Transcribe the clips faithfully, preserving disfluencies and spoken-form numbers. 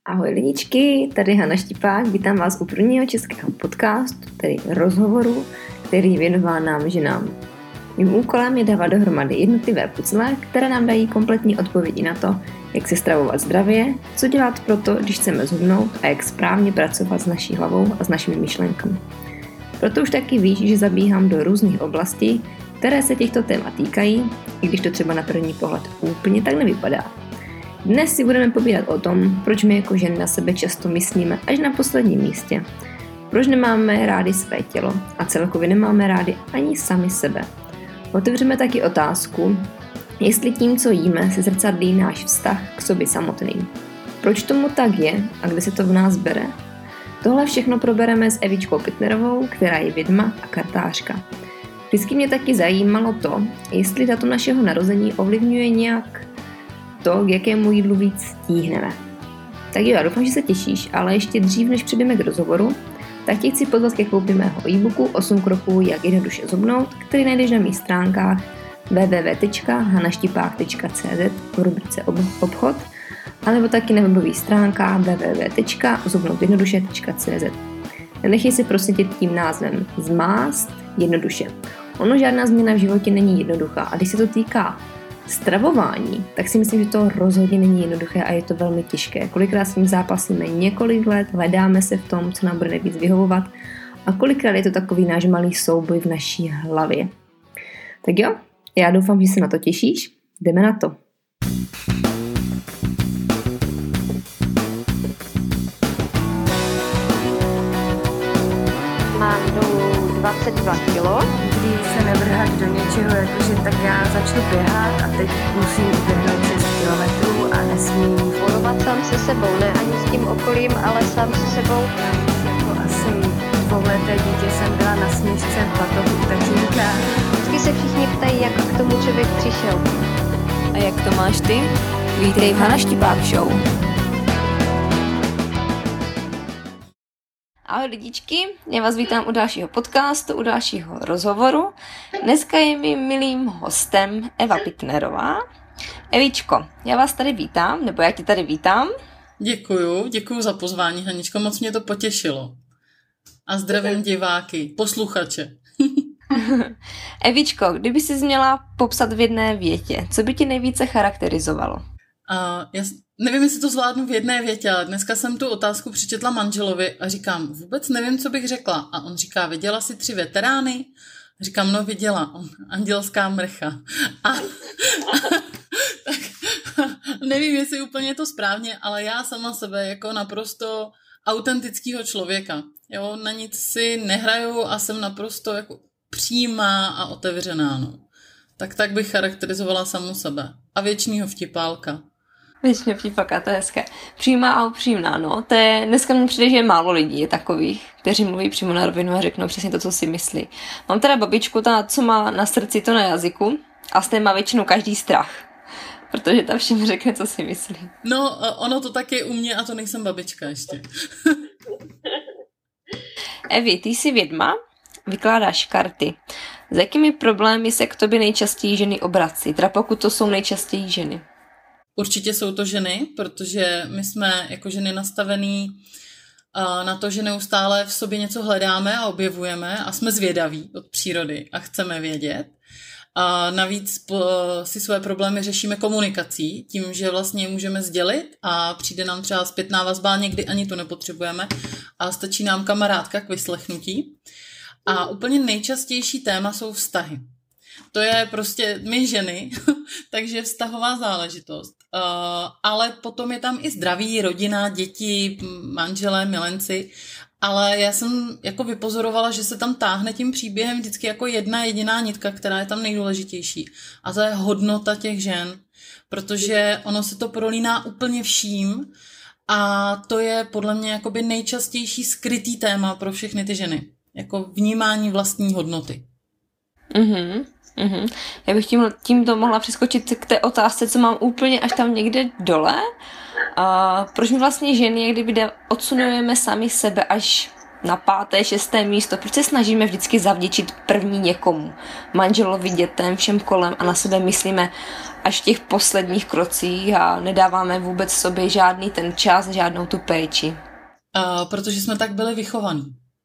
Ahoj lidičky, tady Hana Štipák, vítám vás u prvního českého podcastu, tedy rozhovoru, který je věnován nám ženám. Mým úkolem je dávat dohromady jednotlivé pucle, které nám dají kompletní odpovědi na to, jak se stravovat zdravě, co dělat pro to, když chceme zhubnout a jak správně pracovat s naší hlavou a s našimi myšlenkami. Proto už taky víš, že zabíhám do různých oblastí, které se těchto témat týkají, i když to třeba na první pohled úplně tak nevypadá. Dnes si budeme povídat o tom, proč my jako ženy na sebe často myslíme až na posledním místě. Proč nemáme rádi své tělo a celkově nemáme rádi ani sami sebe. Otevřeme taky otázku, jestli tím, co jíme, se zrcadlí náš vztah k sobě samotným. Proč tomu tak je a kde se to v nás bere? Tohle všechno probereme s Evičkou Pitnerovou, která je vědma a kartářka. Vždycky mě taky zajímalo to, jestli datum našeho narození ovlivňuje nějak to, k jakému jídlu víc tíhneme. Tak jo, já doufám, že se těšíš, ale ještě dřív, než přejdeme k rozhovoru, tak tě chci pozvat ke koupi mého e-booku osm kroků, jak jednoduše zhubnout, který najdeš na mých stránkách w w w tečka hanaštipák tečka c z v rubrice obchod, anebo taky na webových stránkách w w w tečka zhubnoutjednoduše tečka c z. Nenechej si prosadit tím názvem Zmást jednoduše. Ono žádná změna v životě není jednoduchá a když se to týká stravování, tak si myslím, že to rozhodně není jednoduché a je to velmi těžké. Kolikrát s tím zápasíme několik let, hledáme se v tom, co nám bude nejvíc vyhovovat a kolikrát je to takový náš malý souboj v naší hlavě. Tak jo, já doufám, že se na to těšíš. Jdeme na to. Mám dolů dvacet dva kilo. Když se nevrhat do něčeho, jakože tak já začnu běhat a teď musím uběhnout šest kilometrů a nesmím Bojovat sám se sebou, ne ani s tím okolím, ale sám se sebou. Jako asi dvouleté dítě jsem byla na směšce v batohu u tatínka. Vždycky se všichni ptají, jak k tomu člověk přišel. A jak to máš ty? Vítej v Hana Štipák Show. Ahoj lidičky, já vás vítám u dalšího podcastu, u dalšího rozhovoru. Dneska je mým milým hostem Eva Pitnerová. Evičko, já vás tady vítám, nebo já tě tady vítám. Děkuju, děkuju za pozvání, Haničko, moc mě to potěšilo. A zdravím diváky, posluchače. Evičko, kdyby jsi měla popsat v jedné větě, co by ti nejvíce charakterizovalo? Uh, já nevím, jestli to zvládnu v jedné větě, ale dneska jsem tu otázku přečetla manželovi a říkám, vůbec nevím, co bych řekla. A on říká, viděla jsi tři veterány? Říkám, no viděla, on, andělská mrcha. A, a tak, nevím, jestli úplně je to správně, ale já sama sebe jako naprosto autentického člověka. Jo, na nic si nehraju a jsem naprosto jako přímá a otevřená. No. Tak tak bych charakterizovala samu sebe. A věčnýho vtipálka. Věčně vtipaka, to je hezké. Přímá a upřímná, no. To je, dneska mi přijde, že je málo lidí je takových, kteří mluví přímo na rovinu a řeknou přesně to, co si myslí. Mám teda babičku, ta, co má na srdci, to na jazyku a z té má většinou každý strach. Protože ta všem řekne, co si myslí. No, ono to tak je u mě a to nejsem babička ještě. Evi, ty jsi vědma, vykládáš karty. S jakými problémy se k tobě nejčastěji ženy obrací? Teda pokud to jsou nejčastěji ženy. Určitě jsou to ženy, protože my jsme jako ženy nastavený na to, že neustále v sobě něco hledáme a objevujeme a jsme zvědaví od přírody a chceme vědět. A navíc si své problémy řešíme komunikací, tím, že vlastně můžeme sdělit a přijde nám třeba zpětná vazba, někdy ani to nepotřebujeme a stačí nám kamarádka k vyslechnutí. A úplně nejčastější téma jsou vztahy. To je prostě my ženy, takže vztahová záležitost. Uh, ale potom je tam i zdraví, rodina, děti, manželé, milenci. Ale já jsem jako vypozorovala, že se tam táhne tím příběhem vždycky jako jedna jediná nitka, která je tam nejdůležitější. A to je hodnota těch žen. Protože ono se to prolíná úplně vším a to je podle mě jakoby nejčastější skrytý téma pro všechny ty ženy. Jako vnímání vlastní hodnoty. Mhm. Uhum. Já bych tím, tímto mohla přeskočit k té otázce, co mám úplně až tam někde dole. A proč my vlastně ženy, jak kdyby odsunujeme sami sebe až na páté, šesté místo? Proč se snažíme vždycky zavděčit první někomu? Manželovi, dětem, všem kolem a na sebe myslíme, až v těch posledních krocích a nedáváme vůbec sobě žádný ten čas, žádnou tu péči? Uh, protože jsme tak byli vychovaní.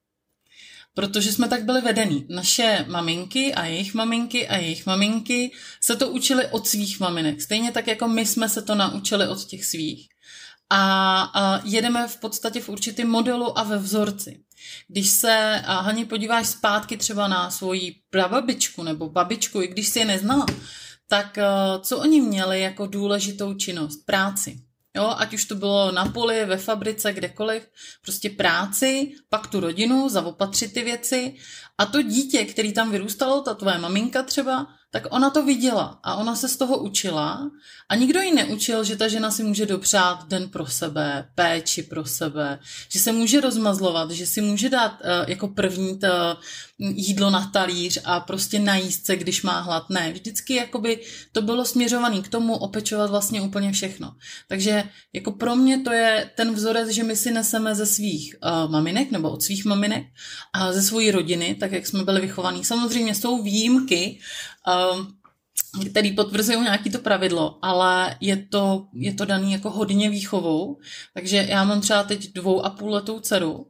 Protože jsme tak byli vedení. Naše maminky a jejich maminky a jejich maminky se to učili od svých maminek. Stejně tak, jako my jsme se to naučili od těch svých. A, a jedeme v podstatě v určitém modelu a ve vzorci. Když se, a Hani, podíváš zpátky třeba na svoji prababičku nebo babičku, i když si je neznala, tak co oni měli jako důležitou činnost? Práci. Jo, ať už to bylo na poli, ve fabrice, kdekoliv, prostě práci, pak tu rodinu, zaopatřit ty věci. A to dítě, který tam vyrůstalo, ta tvoje maminka třeba, tak ona to viděla a ona se z toho učila a nikdo jí neučil, že ta žena si může dopřát den pro sebe, péči pro sebe, že se může rozmazlovat, že si může dát uh, jako první to jídlo na talíř a prostě najíst se, když má hlad. Ne, vždycky jakoby to bylo směřované k tomu opečovat vlastně úplně všechno. Takže jako pro mě to je ten vzorec, že my si neseme ze svých uh, maminek nebo od svých maminek a ze svojí rodiny, tak jak jsme byli vychovaní. Samozřejmě jsou výjimky, um, který potvrzují nějaký to pravidlo, ale je to, je to daný jako hodně výchovou, takže já mám třeba teď dvou a půl letou dceru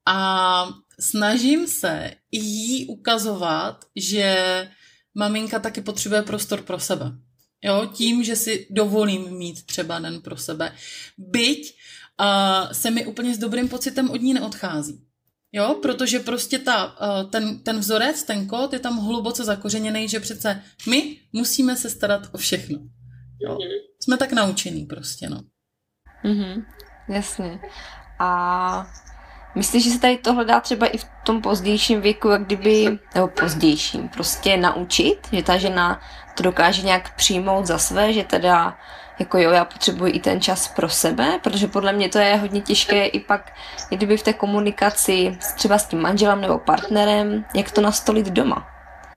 a snažím se jí ukazovat, že maminka taky potřebuje prostor pro sebe. Jo, tím, že si dovolím mít třeba den pro sebe. Byť uh, se mi úplně s dobrým pocitem od ní neodchází. Jo, protože prostě ta, ten, ten vzorec, ten kód je tam hluboce zakořeněný, že přece my musíme se starat o všechno. Jo. Jsme tak naučení prostě, no. Mhm, jasně. A myslíš, že se tady tohle dá třeba i v tom pozdějším věku, jak kdyby, nebo pozdějším, prostě naučit, že ta žena to dokáže nějak přijmout za své, že teda jako jo, já potřebuji i ten čas pro sebe, protože podle mě to je hodně těžké i pak, kdyby v té komunikaci třeba s tím manželem nebo partnerem, jak to nastolit doma.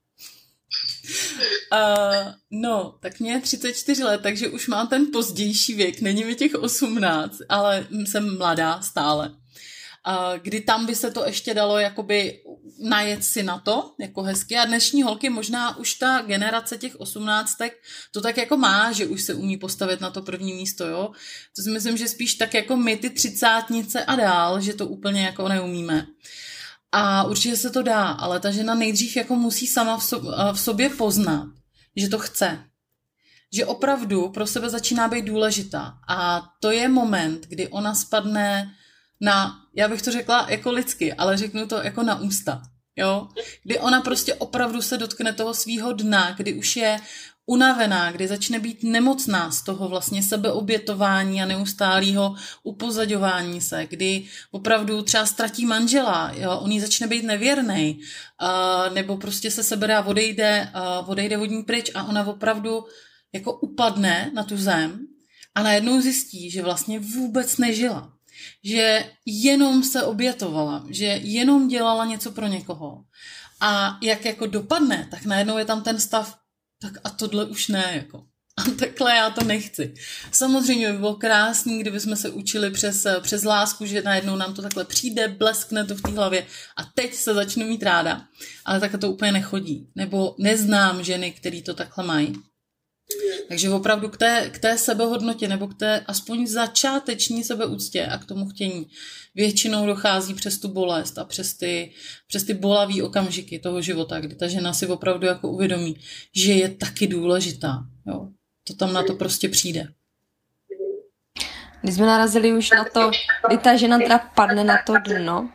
Uh, no, tak mě je třicet čtyři let, takže už mám ten pozdější věk, není mi těch osmnáct, ale jsem mladá stále. Uh, kdy tam by se to ještě dalo jakoby najet si na to, jako hezky. A dnešní holky, možná už ta generace těch osmnáctek to tak jako má, že už se umí postavit na to první místo, jo. To si myslím, že spíš tak jako my ty třicátnice a dál, že to úplně jako neumíme. A určitě se to dá, ale ta žena nejdřív jako musí sama v, so, v sobě poznat, že to chce. Že opravdu pro sebe začíná být důležitá. A to je moment, kdy ona spadne na, já bych to řekla jako lidsky, ale řeknu to jako na ústa. Jo? Kdy ona prostě opravdu se dotkne toho svýho dna, kdy už je unavená, kdy začne být nemocná z toho vlastně sebeobětování a neustálého upozaďování se, kdy opravdu třeba ztratí manžela, jo? On jí začne být nevěrnej, uh, nebo prostě se sebere a odejde, uh, odejde od ní pryč a ona opravdu jako upadne na tu zem a najednou zjistí, že vlastně vůbec nežila. Že jenom se obětovala, že jenom dělala něco pro někoho. A jak jako dopadne, tak najednou je tam ten stav, tak a tohle už ne, jako. A takhle já to nechci. Samozřejmě by bylo krásný, kdybychom se učili přes, přes lásku, že najednou nám to takhle přijde, bleskne to v té hlavě a teď se začnu mít ráda. Ale takhle to úplně nechodí. Nebo neznám ženy, které to takhle mají. Takže opravdu k té, k té sebehodnotě nebo k té aspoň začáteční sebeúctě a k tomu chtění většinou dochází přes tu bolest a přes ty, přes ty bolavý okamžiky toho života, kdy ta žena si opravdu jako uvědomí, že je taky důležitá. Jo? To tam na to prostě přijde. Když jsme narazili už na to, kdy ta žena teda padne na to dno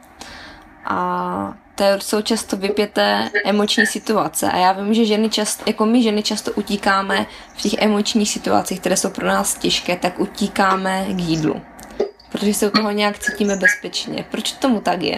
a to jsou často vypěté emoční situace a já vím, že ženy často, jako my ženy často utíkáme v těch emočních situacích, které jsou pro nás těžké, tak utíkáme k jídlu, protože se u toho nějak cítíme bezpečně. Proč tomu tak je?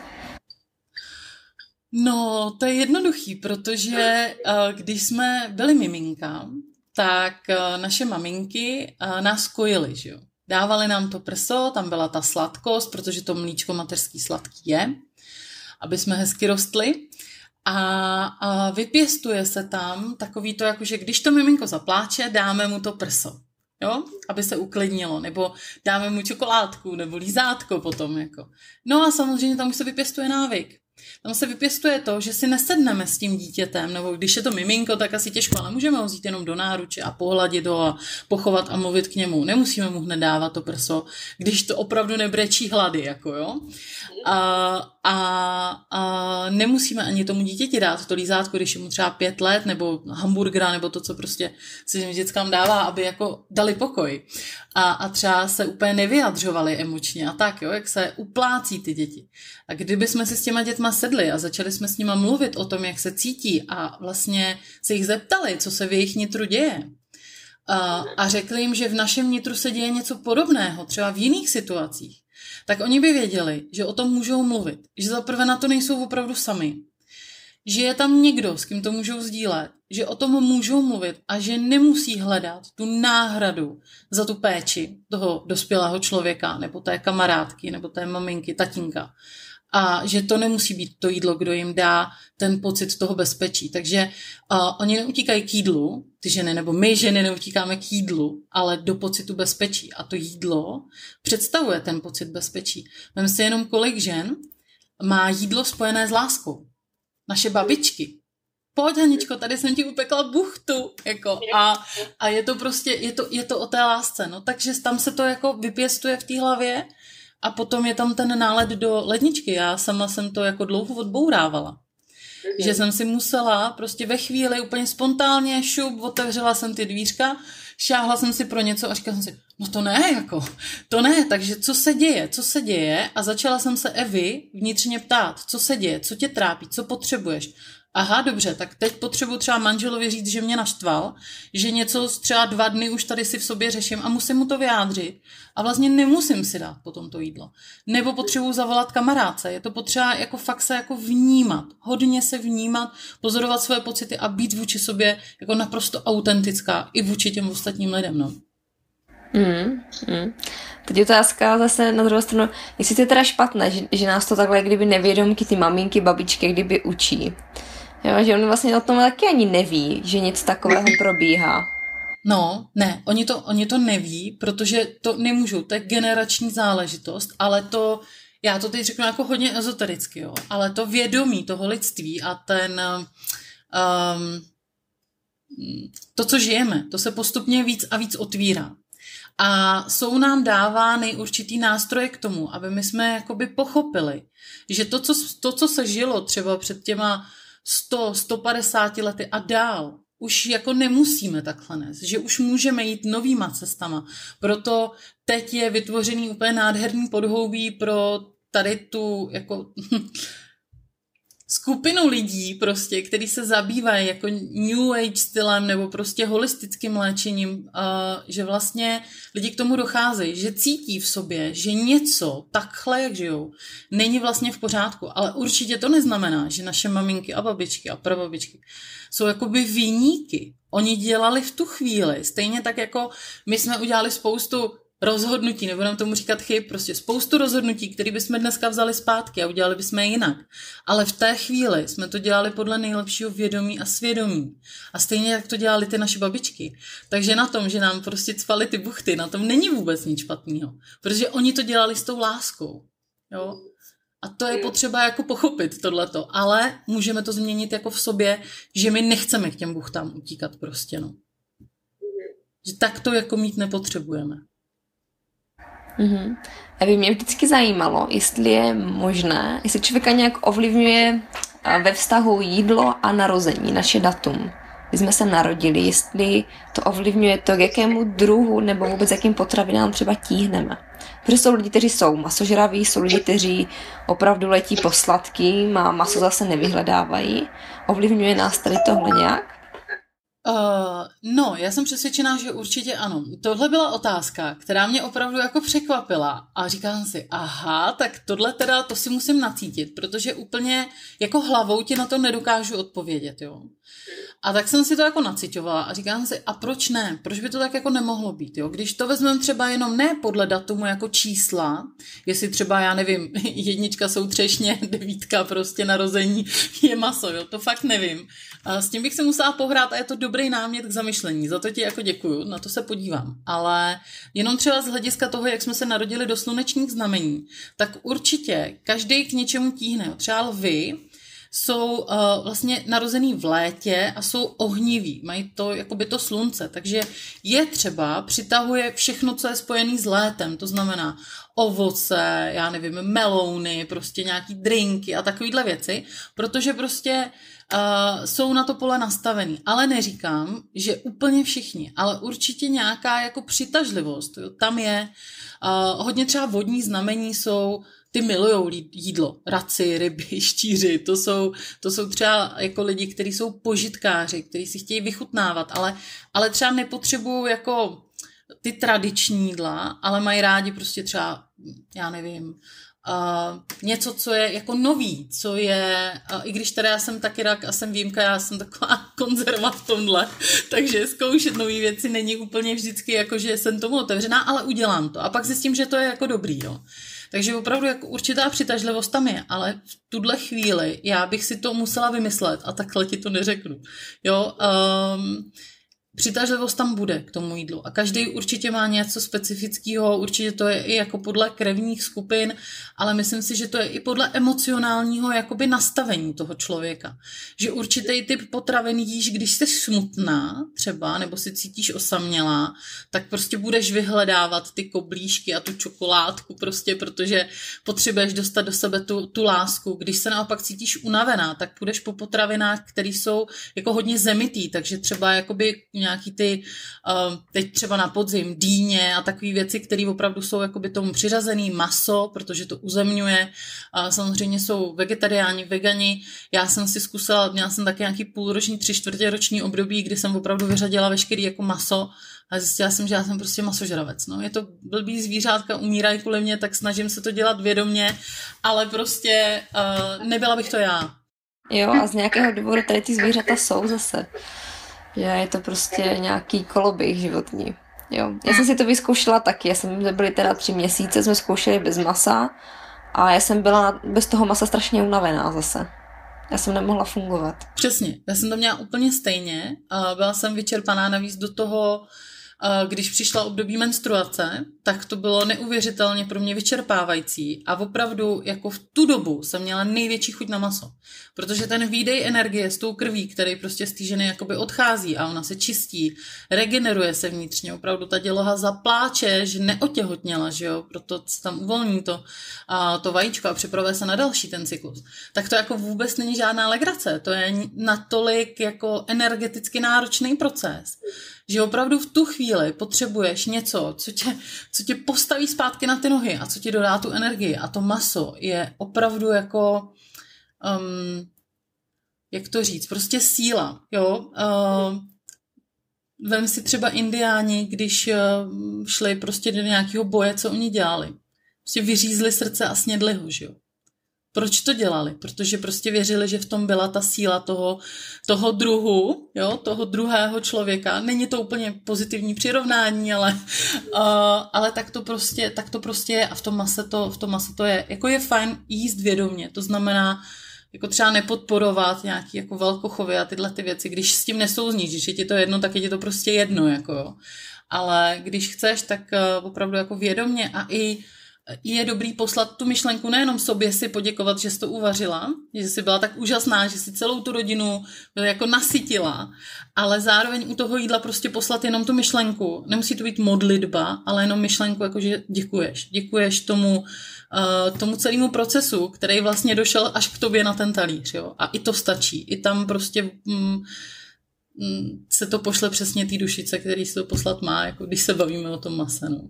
No, to je jednoduchý, protože když jsme byli miminka, tak naše maminky nás kojily, že jo. Dávali nám to prso, tam byla ta sladkost, protože to mlíčko mateřský sladký je, aby jsme hezky rostli. A, a vypěstuje se tam takový to, jako že když to miminko zapláče, dáme mu to prso, jo, aby se uklidnilo, nebo dáme mu čokoládku, nebo lízátko potom, jako. No a samozřejmě tam už se vypěstuje návyk. Tam se vypěstuje to, že si nesedneme s tím dítětem, nebo když je to miminko, tak asi těžko, ale můžeme ho vzít jenom do náruče a pohladit ho a pochovat a mluvit k němu. Nemusíme mu hned dávat to prso, když to opravdu nebrečí hlady, jako jo. A, a, a nemusíme ani tomu dítěti dát to lízátko, když je mu třeba pět let, nebo hamburgera, nebo to, co prostě si dětskám dává, aby jako dali pokoj. A, a třeba se úplně nevyjadřovali emočně a tak, jo, jak se uplácí ty děti. A kdyby jsme si s těma dětma sedli a začali jsme s nima mluvit o tom, jak se cítí a vlastně se jich zeptali, co se v jejich nitru děje. A, a řekli jim, že v našem nitru se děje něco podobného, třeba v jiných situacích, tak oni by věděli, že o tom můžou mluvit. Že zaprvé na to nejsou opravdu sami. Že je tam někdo, s kým to můžou sdílet. Že o tom můžou mluvit a že nemusí hledat tu náhradu za tu péči toho dospělého člověka, nebo té kamarádky, nebo té maminky, tatínka. A že to nemusí být to jídlo, kdo jim dá ten pocit toho bezpečí. Takže uh, oni neutíkají k jídlu, ty ženy, nebo my ženy neutíkáme k jídlu, ale do pocitu bezpečí. A to jídlo představuje ten pocit bezpečí. Vem si jenom, kolik žen má jídlo spojené s láskou. Naše babičky. Pojď, Haničko, tady jsem ti upekla buchtu. Jako, a, a je to prostě, je to, je to o té lásce. No, takže tam se to jako vypěstuje v té hlavě a potom je tam ten nálet do ledničky. Já sama jsem to jako dlouho odbourávala. Mm-hmm. Že jsem si musela prostě ve chvíli úplně spontánně šup, otevřela jsem ty dvířka, šáhla jsem si pro něco a říkala jsem si, no to ne, jako, to ne, takže co se děje, co se děje a začala jsem se Evy vnitřně ptát, co se děje, co tě trápí, co potřebuješ. Aha, dobře, tak teď potřebuji třeba manželovi říct, že mě naštval, že něco třeba dva dny už tady si v sobě řeším a musím mu to vyjádřit a vlastně nemusím si dát potom to jídlo. Nebo potřebuji zavolat kamarádce, je to potřeba jako fakt se jako vnímat, hodně se vnímat, pozorovat svoje pocity a být vůči sobě jako naprosto autentická i vůči těm ostatním lidem, no. Mm, mm. Teď je otázka zase na druhou stranu, jestli to je teda špatné, že, že nás to takhle kdyby nevědomky ty maminky, babičky kdyby učí. Jo, že oni vlastně o tom taky ani neví, že nic takového probíhá. No, ne, oni to, oni to neví, protože to nemůžou, to je generační záležitost, ale to, já to teď řeknu jako hodně ezotericky, jo, ale to vědomí toho lidství a ten, um, to, co žijeme, to se postupně víc a víc otvírá. A jsou nám dávány určitý nástroje k tomu, aby my jsme jakoby pochopili, že to, co, to, co se žilo třeba před těma sto, sto padesát lety a dál, už jako nemusíme takhle nést, že už můžeme jít novýma cestama. Proto teď je vytvořený úplně nádherný podhoubí pro tady tu jako skupinu lidí prostě, který se zabývají jako New Age stylem nebo prostě holistickým léčením, uh, že vlastně lidi k tomu docházejí, že cítí v sobě, že něco takhle, jak žijou, není vlastně v pořádku, ale určitě to neznamená, že naše maminky a babičky a prababičky jsou jakoby viníky. Oni dělali v tu chvíli, stejně tak jako my jsme udělali spoustu rozhodnutí, nebudeme tomu říkat chyb, prostě spoustu rozhodnutí, které bychom dneska vzali zpátky a udělali bychom je jinak. Ale v té chvíli jsme to dělali podle nejlepšího vědomí a svědomí. A stejně jak to dělali ty naše babičky. Takže na tom, že nám prostě cpali ty buchty, na tom není vůbec nic špatného. Protože oni to dělali s tou láskou. Jo? A to je potřeba jako pochopit tohleto. Ale můžeme to změnit jako v sobě, že my nechceme k těm buchtám utíkat prostě. No. Že tak to jako mít nepotřebujeme. Mm-hmm. A by mě vždycky zajímalo, jestli je možné, jestli člověka nějak ovlivňuje ve vztahu jídlo a narození, naše datum, kdy jsme se narodili, jestli to ovlivňuje to, k jakému druhu nebo vůbec jakým potravinám třeba tíhneme. Protože jsou lidi, kteří jsou masožraví, jsou lidi, kteří opravdu letí po sladkým a maso zase nevyhledávají. Ovlivňuje nás tady tohle nějak? Uh, no, já jsem přesvědčená, že určitě ano. Tohle byla otázka, která mě opravdu jako překvapila a říkala jsem si, aha, tak tohle teda, to si musím nacítit, protože úplně jako hlavou ti na to nedokážu odpovědět, jo. A tak jsem si to jako nacitovala a říkám si, a proč ne? Proč by to tak jako nemohlo být, jo? Když to vezmeme třeba jenom ne podle datumu jako čísla, jestli třeba, já nevím, jednička jsou třešně, devítka prostě narození je maso, jo? To fakt nevím. A s tím bych se musela pohrát a je to dobrý dobrý námět k zamyšlení, za to ti jako děkuju, na to se podívám. Ale jenom třeba z hlediska toho, jak jsme se narodili do slunečních znamení, tak určitě každý k něčemu tíhne. Třeba lvy jsou uh, vlastně narozený v létě a jsou ohniví, mají to jakoby to slunce, takže je třeba, přitahuje všechno, co je spojený s létem, to znamená ovoce, já nevím, melouny, prostě nějaký drinky a takovýhle věci, protože prostě uh, jsou na to pole nastavený, ale neříkám, že úplně všichni, ale určitě nějaká jako přitažlivost, jo, tam je, uh, hodně třeba vodní znamení jsou, ty milujou jídlo, raci, ryby, štíři, to jsou, to jsou třeba jako lidi, kteří jsou požitkáři, kteří si chtějí vychutnávat, ale, ale třeba nepotřebují jako ty tradiční jídla, ale mají rádi prostě třeba, já nevím, uh, něco, co je jako nový, co je, uh, i když teda já jsem taky rak a jsem výjimka, já jsem taková konzerva v tomhle, takže zkoušet nový věci není úplně vždycky jako, že jsem tomu otevřená, ale udělám to a pak zjistím, že to je jako dobrý, jo. Takže opravdu jako určitá přitažlivost tam je, ale v tuhle chvíli já bych si to musela vymyslet a takhle ti to neřeknu. Jo, um, přitažlivost tam bude k tomu jídlu a každý určitě má něco specifického, určitě to je i jako podle krevních skupin, ale myslím si, že to je i podle emocionálního jakoby nastavení toho člověka. Že určitý typ potravin jíš, když jsi smutná třeba, nebo si cítíš osamělá, tak prostě budeš vyhledávat ty koblížky a tu čokoládku prostě, protože potřebuješ dostat do sebe tu, tu lásku. Když se naopak cítíš unavená, tak půjdeš po potravinách, které jsou jako hodně zemitý, takže třeba jakoby nějaký ty, uh, teď třeba na podzim, dýně a takové věci, které opravdu jsou jakoby tomu přiřazený, maso, protože to uzemňuje. Uh, samozřejmě jsou vegetariáni, vegani. Já jsem si zkusila, měla jsem taky nějaký půlroční, tři čtvrtě roční období, kdy jsem opravdu vyřadila veškerý jako maso a zjistila jsem, že já jsem prostě masožravec. No. Je to blbý zvířátka, umírají kvůli mě, tak snažím se to dělat vědomě, ale prostě uh, nebyla bych to já. Jo, a z nějakého důvodu tady ty zvířata jsou zase. Že je to prostě nějaký koloběh životní. Jo. Já jsem si to vyzkoušela taky, já jsem byli teda tři měsíce, jsme zkoušeli bez masa a já jsem byla bez toho masa strašně unavená zase. Já jsem nemohla fungovat. Přesně, já jsem to měla úplně stejně a byla jsem vyčerpaná navíc do toho, když přišla období menstruace, tak to bylo neuvěřitelně pro mě vyčerpávající a opravdu jako v tu dobu jsem měla největší chuť na maso, protože ten výdej energie s tou krví, který prostě z té ženy jakoby odchází a ona se čistí, regeneruje se vnitřně, opravdu ta děloha zapláče, že neotěhotněla, že jo, proto se tam uvolní to, a to vajíčko a připravuje se na další ten cyklus. Tak to jako vůbec není žádná legrace, to je natolik jako energeticky náročný proces, že opravdu v tu chvíli potřebuješ něco, co tě, co tě postaví zpátky na ty nohy a co ti dodá tu energii. A to maso je opravdu jako, um, jak to říct, prostě síla. Jo? Uh, vem si třeba indiáni, když uh, šli prostě do nějakého boje, co oni dělali. Prostě vyřízli srdce a snědli ho, že jo. Proč to dělali? Protože prostě věřili, že v tom byla ta síla toho, toho druhu, jo, toho druhého člověka. Není to úplně pozitivní přirovnání, ale, uh, ale tak, to prostě, tak to prostě je a v tom mase to, v tom mase to je. Jako je fajn jíst vědomě, to znamená jako třeba nepodporovat nějaký jako velkochovy a tyhle ty věci, když s tím nesouzníš, když je ti to jedno, tak je ti to prostě jedno, jako jo. Ale když chceš, tak uh, opravdu jako vědomě a i je dobrý poslat tu myšlenku nejenom sobě si poděkovat, že jsi to uvařila, že jsi byla tak úžasná, že si celou tu rodinu jako nasytila, ale zároveň u toho jídla prostě poslat jenom tu myšlenku. Nemusí to být modlitba, ale jenom myšlenku, jakože děkuješ. Děkuješ tomu, uh, tomu celému procesu, který vlastně došel až k tobě na ten talíř. Jo? A i to stačí. I tam prostě mm, mm, se to pošle přesně té dušice, který se to poslat má, jako když se bavíme o tom mase. No.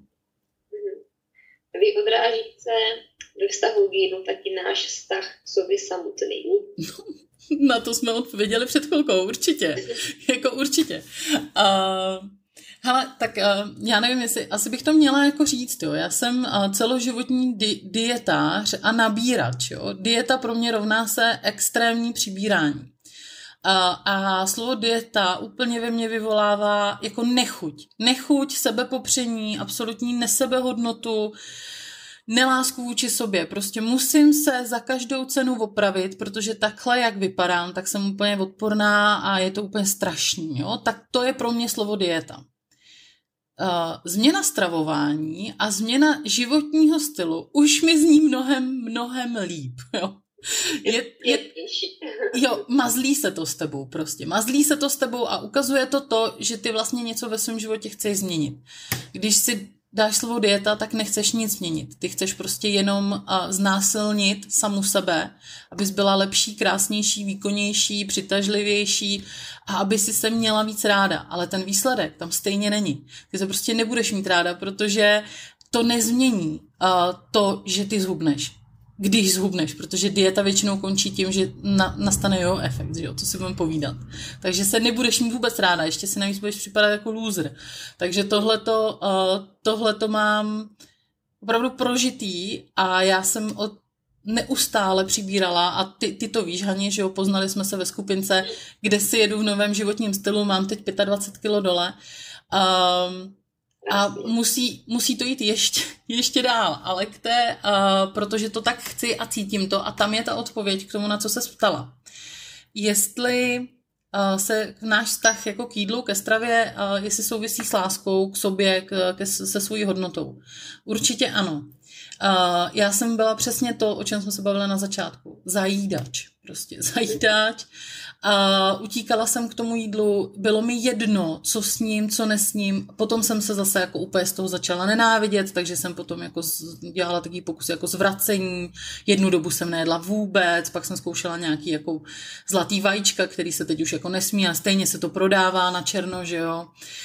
Vy odrážíte do vztahu k jídlu taky náš vztah k sobě samotný. Na to jsme odpověděli před chvilkou, určitě. jako určitě. Uh, hele, tak uh, já nevím, jestli, asi bych to měla jako říct, jo. Já jsem uh, celoživotní di- dietář a nabírač, jo. Dieta pro mě rovná se extrémní přibírání. A, a slovo dieta úplně ve mně vyvolává jako nechuť. Nechuť, sebepopření, absolutní nesebehodnotu. nelásku vůči sobě. Prostě musím se za každou cenu opravit, protože takhle, jak vypadám, tak jsem úplně odporná a je to úplně strašný. Jo? Tak to je pro mě slovo dieta. Uh, změna stravování a změna životního stylu už mi zní mnohem, mnohem líp. Jo? Je, je, jo, mazlí se to s tebou prostě. Mazlí se to s tebou a ukazuje to to, že ty vlastně něco ve svém životě chceš změnit. Když si dáš slovo dieta, tak nechceš nic změnit. Ty chceš prostě jenom uh, znásilnit samu sebe, abys byla lepší, krásnější, výkonnější, přitažlivější a aby si se měla víc ráda. Ale ten výsledek tam stejně není. Ty se prostě nebudeš mít ráda, protože to nezmění uh, to, že ty zhubneš. Když zhubneš, protože dieta většinou končí tím, že na, nastane jeho efekt, že jo, to si budeme povídat. Takže se nebudeš mít vůbec ráda, ještě si navíc budeš připadat jako loser. Takže tohleto, uh, tohleto mám opravdu prožitý a já jsem od neustále přibírala a ty, ty to víš, Hani, že jo, poznali jsme se ve skupince, kde si jedu v novém životním stylu, mám teď dvacet pět kilo dole. Um, A musí, musí to jít ještě, ještě dál, ale k té, uh, protože to tak chci a cítím to a tam je ta odpověď k tomu, na co se ptala. Jestli uh, se náš vztah jako k jídlu, ke stravě, uh, jestli souvisí s láskou k sobě, k, ke, se svojí hodnotou. Určitě ano. Uh, já jsem byla přesně to, o čem jsme se bavili na začátku. Zajídač. Prostě zajídač. A utíkala jsem k tomu jídlu, bylo mi jedno, co s ním, co s ním. Potom jsem se zase jako úplně z toho začala nenávidět, takže jsem potom jako dělala takový pokus jako zvracení. Jednu dobu jsem nejedla vůbec, pak jsem zkoušela nějaký jako zlatý vajíčka, který se teď už jako nesmí a stejně se to prodává na černo, že jo.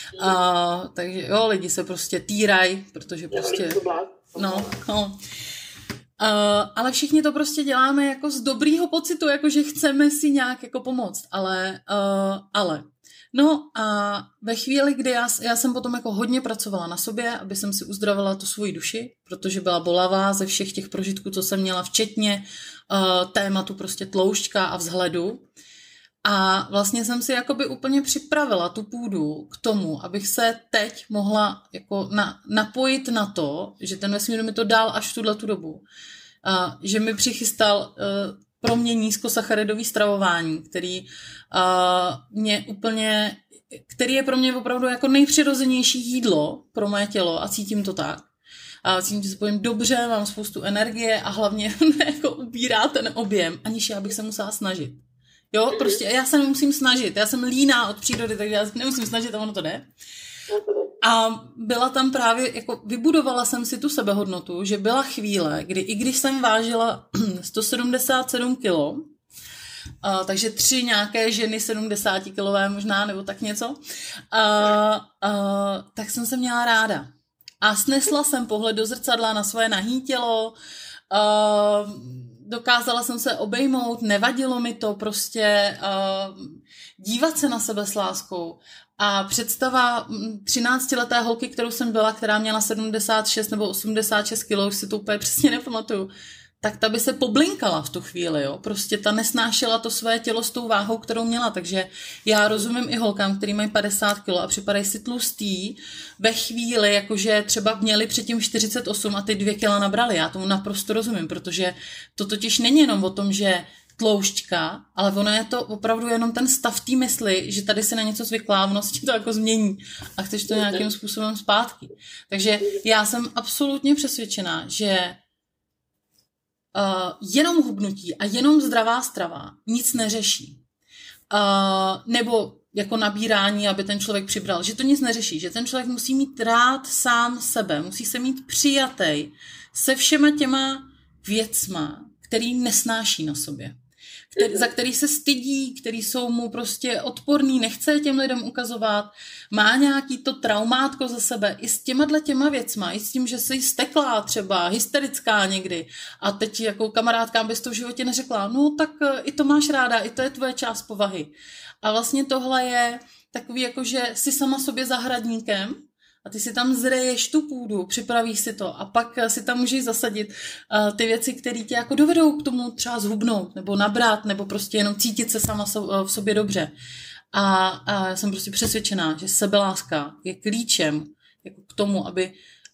A, takže jo, lidi se prostě týrají, protože prostě... No, no. Uh, ale všichni to prostě děláme jako z dobrýho pocitu, jako že chceme si nějak jako pomoct, ale, uh, ale. No a ve chvíli, kdy já, já jsem potom jako hodně pracovala na sobě, aby jsem si uzdravila tu svoji duši, protože byla bolavá ze všech těch prožitků, co jsem měla, včetně uh, tématu prostě tloušťka a vzhledu. A vlastně jsem si jakoby úplně připravila tu půdu k tomu, abych se teď mohla jako na, napojit na to, že ten vesmír mi to dal až v tuhletu dobu. A že mi přichystal uh, pro mě nízkosacharidový stravování, který uh, mě úplně, který je pro mě opravdu jako nejpřirozenější jídlo pro moje tělo a cítím to tak. A cítím, že se pojím dobře, mám spoustu energie a hlavně jako ubírá ten objem, aniž já bych se musela snažit. Jo, prostě já se nemusím snažit, já jsem líná od přírody, takže já se nemusím snažit a ono to jde. A byla tam právě, jako vybudovala jsem si tu sebehodnotu, že byla chvíle, kdy i když jsem vážila sto sedmdesát sedm kilo, uh, takže tři nějaké ženy sedmdesátkilové možná, nebo tak něco, uh, uh, tak jsem se měla ráda. A snesla jsem pohled do zrcadla na svoje nahý tělo, uh, dokázala jsem se obejmout, nevadilo mi to prostě uh, dívat se na sebe s láskou. A představa třináctileté holky, kterou jsem byla, která měla sedmdesát šest nebo osmdesát šest kilo, už si to úplně přesně nepamatuju, tak ta by se poblinkala v tu chvíli, jo. Prostě ta nesnášela to své tělo s tou váhou, kterou měla. Takže já rozumím i holkám, který mají padesát kilo a připadají si tlustý ve chvíli, jakože třeba měli předtím čtyřicet osm a ty dvě kila nabrali. Já tomu naprosto rozumím, protože to totiž není jenom o tom, že tloušťka, ale ono je to opravdu jenom ten stav té mysli, že tady se na něco zvyklá, ono se to jako změní a chceš to nějakým způsobem zpátky. Takže já jsem absolutně přesvědčená, že Uh, jenom hubnutí a jenom zdravá strava nic neřeší. Uh, nebo jako nabírání, aby ten člověk přibral, že to nic neřeší, že ten člověk musí mít rád sám sebe, musí se mít přijatej se všema těma věcma, který nesnáší na sobě. Který, za který se stydí, který jsou mu prostě odporný, nechce těm lidem ukazovat, má nějaký to traumátko za sebe i s těma těma věcma, i s tím, že jsi steklá třeba, hysterická někdy a teď jako kamarádkám bys to v životě neřekla, no tak i to máš ráda, i to je tvoje část povahy. A vlastně tohle je takový jako, že jsi sama sobě zahradníkem a ty si tam zreješ tu půdu, připravíš si to a pak si tam můžeš zasadit uh, ty věci, které tě jako dovedou k tomu třeba zhubnout, nebo nabrat, nebo prostě jenom cítit se sama so, v sobě dobře. A, a jsem prostě přesvědčená, že sebeláska je klíčem jako k tomu, aby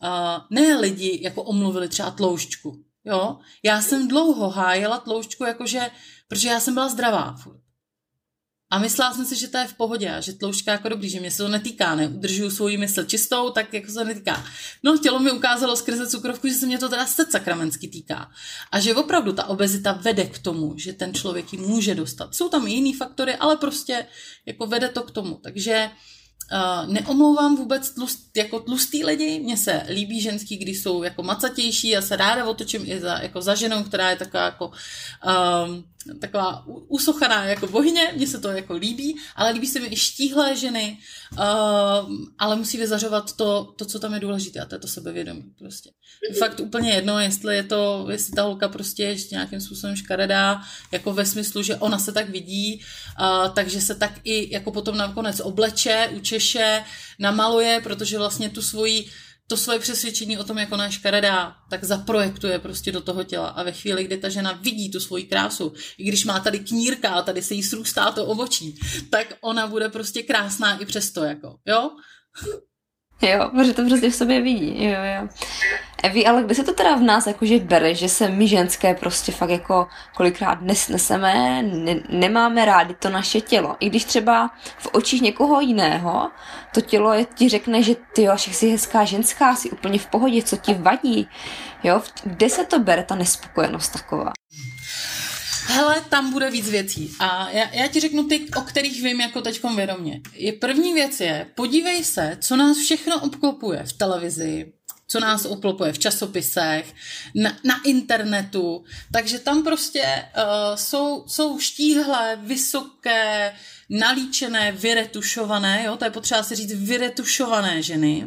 uh, ne lidi jako omluvili třeba tloušťku, jo. Já jsem dlouho hájela tloušťku, jakože, protože já jsem byla zdravá furt. A myslela jsem si, že to je v pohodě a že tloušťka jako dobrý, že mě se to netýká, ne? Udržuju svou mysl čistou, tak jako se to netýká. No tělo mi ukázalo skrze cukrovku, že se mě to teda sakramentsky týká. A že opravdu ta obezita vede k tomu, že ten člověk ji může dostat. Jsou tam i jiný faktory, ale prostě jako vede to k tomu. Takže Uh, neomlouvám vůbec tlust, jako tlustý lidi, mně se líbí ženský, když jsou jako macatější, já se ráda otočím i za, jako za ženou, která je taková jako um, taková usochaná jako bohyně, mně se to jako líbí, ale líbí se mi i štíhlé ženy, um, ale musí vyzařovat to, to, co tam je důležité, a to je to sebevědomí prostě. Je fakt úplně jedno, jestli je to, jestli ta holka prostě ještě nějakým způsobem škaredá, jako ve smyslu, že ona se tak vidí, uh, takže se tak i jako potom nakonec obleče, učeše, namaluje, protože vlastně tu svoji, to svoje přesvědčení o tom, jak ona je škaredá, tak zaprojektuje prostě do toho těla. A ve chvíli, kdy ta žena vidí tu svoji krásu, i když má tady knírka a tady se jí srůstá to obočí, tak ona bude prostě krásná i přesto, jako, jo? Jo, protože to prostě v sobě vidí, jo, jo. Evi, ale kde se to teda v nás jakože bere, že se my ženské prostě fakt jako kolikrát nesneseme, ne, nemáme rádi to naše tělo. I když třeba v očích někoho jiného to tělo je, ti řekne, že ty jo, však jsi hezká ženská, jsi úplně v pohodě, co ti vadí, jo. Kde se to bere, ta nespokojenost taková? Hele, tam bude víc věcí. A já, já ti řeknu ty, o kterých vím jako teďkom vědomě. Je, první věc je, podívej se, co nás všechno obklopuje v televizi, co nás obklopuje v časopisech, na, na internetu. Takže tam prostě uh, jsou, jsou štíhlé, vysoké, nalíčené, vyretušované, jo, to je potřeba si říct, vyretušované ženy.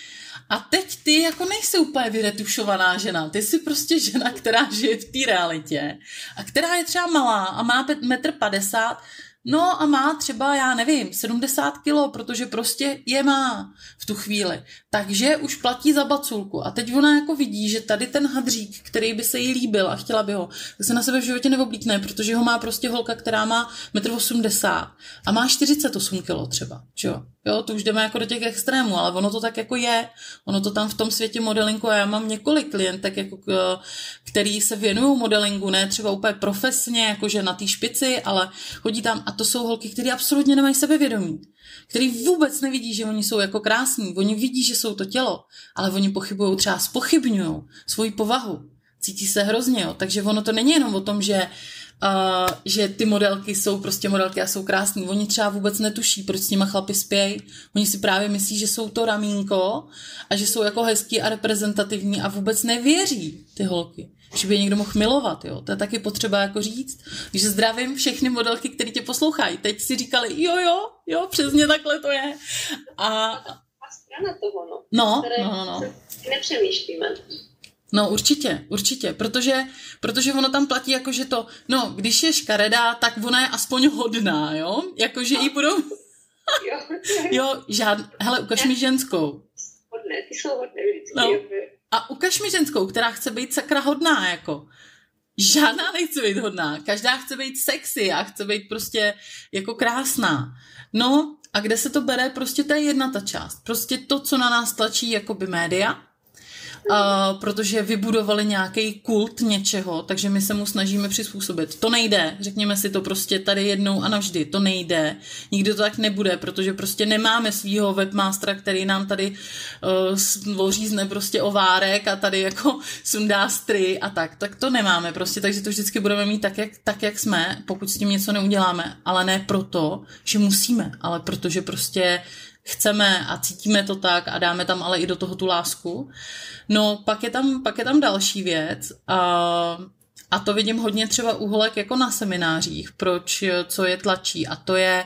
A teď ty jako nejsi úplně vyretušovaná žena, ty jsi prostě žena, která žije v té realitě a která je třeba malá a má metr padesát, no a má třeba, já nevím, sedmdesát kilo, protože prostě je má v tu chvíli. Takže už platí za baculku. A teď ona jako vidí, že tady ten hadřík, který by se jí líbil a chtěla by ho, tak se na sebe v životě neoblíkne, protože ho má prostě holka, která má metr osmdesát a má čtyřicet osm kilo třeba. Jo? Jo, to už jdeme jako do těch extrémů, ale ono to tak jako je. Ono to tam v tom světě modelinku, a já mám několik klientek, jako, který se věnují modelingu, ne třeba úplně profesně, jakože na té špici, ale chodí tam a to jsou holky, které absolutně nemají sebevědomí. Který vůbec nevidí, že oni jsou jako krásní. Oni vidí, že jsou to tělo, ale oni pochybují, třeba zpochybňují svoji povahu. Cítí se hrozně, jo. Takže ono to není jenom o tom, že Uh, že ty modelky jsou prostě modelky a jsou krásný. Oni třeba vůbec netuší, proč s nima chlapi spějí. Oni si právě myslí, že jsou to ramínko a že jsou jako hezký a reprezentativní a vůbec nevěří ty holky, že by je někdo mohl milovat, jo. To je taky potřeba jako říct. Takže zdravím všechny modelky, které tě poslouchají. Teď si říkali, jo, jo, jo, přesně takhle to je. A, a strana toho, no. No, které no, no, no. nepřemýšlíme. No určitě, určitě, protože, protože ono tam platí jako, že to, no, když je škaredá, tak ona je aspoň hodná, jo? Jakože jí budou... Jo, jo, žádný, hele, ukaž mi ženskou. Hodné, ty jsou hodné vždycky. No. A ukaž mi ženskou, která chce být sakra hodná, jako. Žádná nechce být hodná, každá chce být sexy a chce být prostě jako krásná. No a kde se to bere, prostě to je jedna ta část. Prostě to, co na nás tlačí jakoby média, Uh, protože vybudovali nějaký kult něčeho, takže my se mu snažíme přizpůsobit. To nejde, řekněme si to prostě tady jednou a navždy, to nejde. Nikdy to tak nebude, protože prostě nemáme svýho webmastera, který nám tady uh, ořízne prostě ovárek a tady jako sundá stry a tak. Tak to nemáme prostě, takže to vždycky budeme mít tak jak, tak, jak jsme, pokud s tím něco neuděláme. Ale ne proto, že musíme, ale protože prostě chceme a cítíme to tak a dáme tam ale i do toho tu lásku. No, pak je tam, pak je tam další věc a, a to vidím hodně třeba u holek jako na seminářích, proč, co je tlačí a to je